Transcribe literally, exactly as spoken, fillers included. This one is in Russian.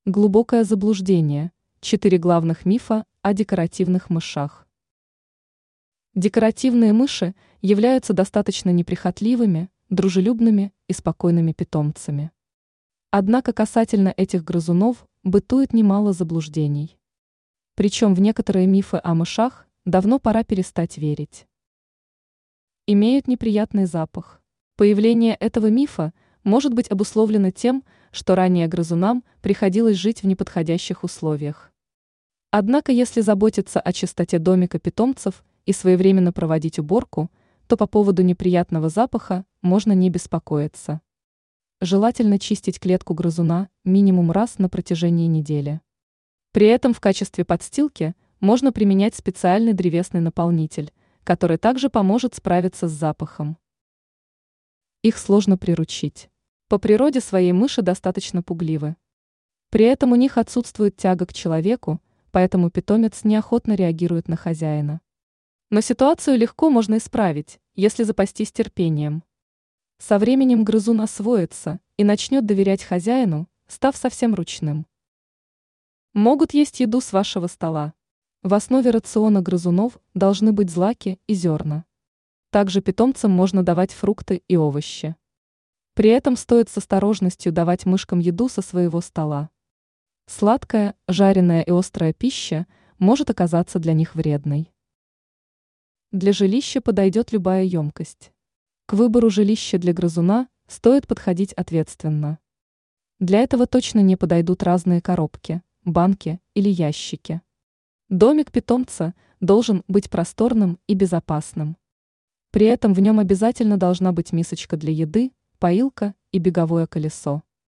Глубокое заблуждение. Четыре главных мифа о декоративных мышах. Декоративные мыши являются достаточно неприхотливыми, дружелюбными и спокойными питомцами. Однако касательно этих грызунов бытует немало заблуждений. Причем в некоторые мифы о мышах давно пора перестать верить. Имеют неприятный запах. Появление этого мифа может быть обусловлено тем, что ранее грызунам приходилось жить в неподходящих условиях. Однако, если заботиться о чистоте домика питомцев и своевременно проводить уборку, то по поводу неприятного запаха можно не беспокоиться. Желательно чистить клетку грызуна минимум раз на протяжении недели. При этом в качестве подстилки можно применять специальный древесный наполнитель, который также поможет справиться с запахом. Их сложно приручить. По природе своей мыши достаточно пугливы. При этом у них отсутствует тяга к человеку, поэтому питомец неохотно реагирует на хозяина. Но ситуацию легко можно исправить, если запастись терпением. Со временем грызун освоится и начнет доверять хозяину, став совсем ручным. Могут есть еду с вашего стола. В основе рациона грызунов должны быть злаки и зерна. Также питомцам можно давать фрукты и овощи. При этом стоит с осторожностью давать мышкам еду со своего стола. Сладкая, жареная и острая пища может оказаться для них вредной. Для жилища подойдет любая емкость. К выбору жилища для грызуна стоит подходить ответственно. Для этого точно не подойдут разные коробки, банки или ящики. Домик питомца должен быть просторным и безопасным. При этом в нем обязательно должна быть мисочка для еды, поилка и беговое колесо.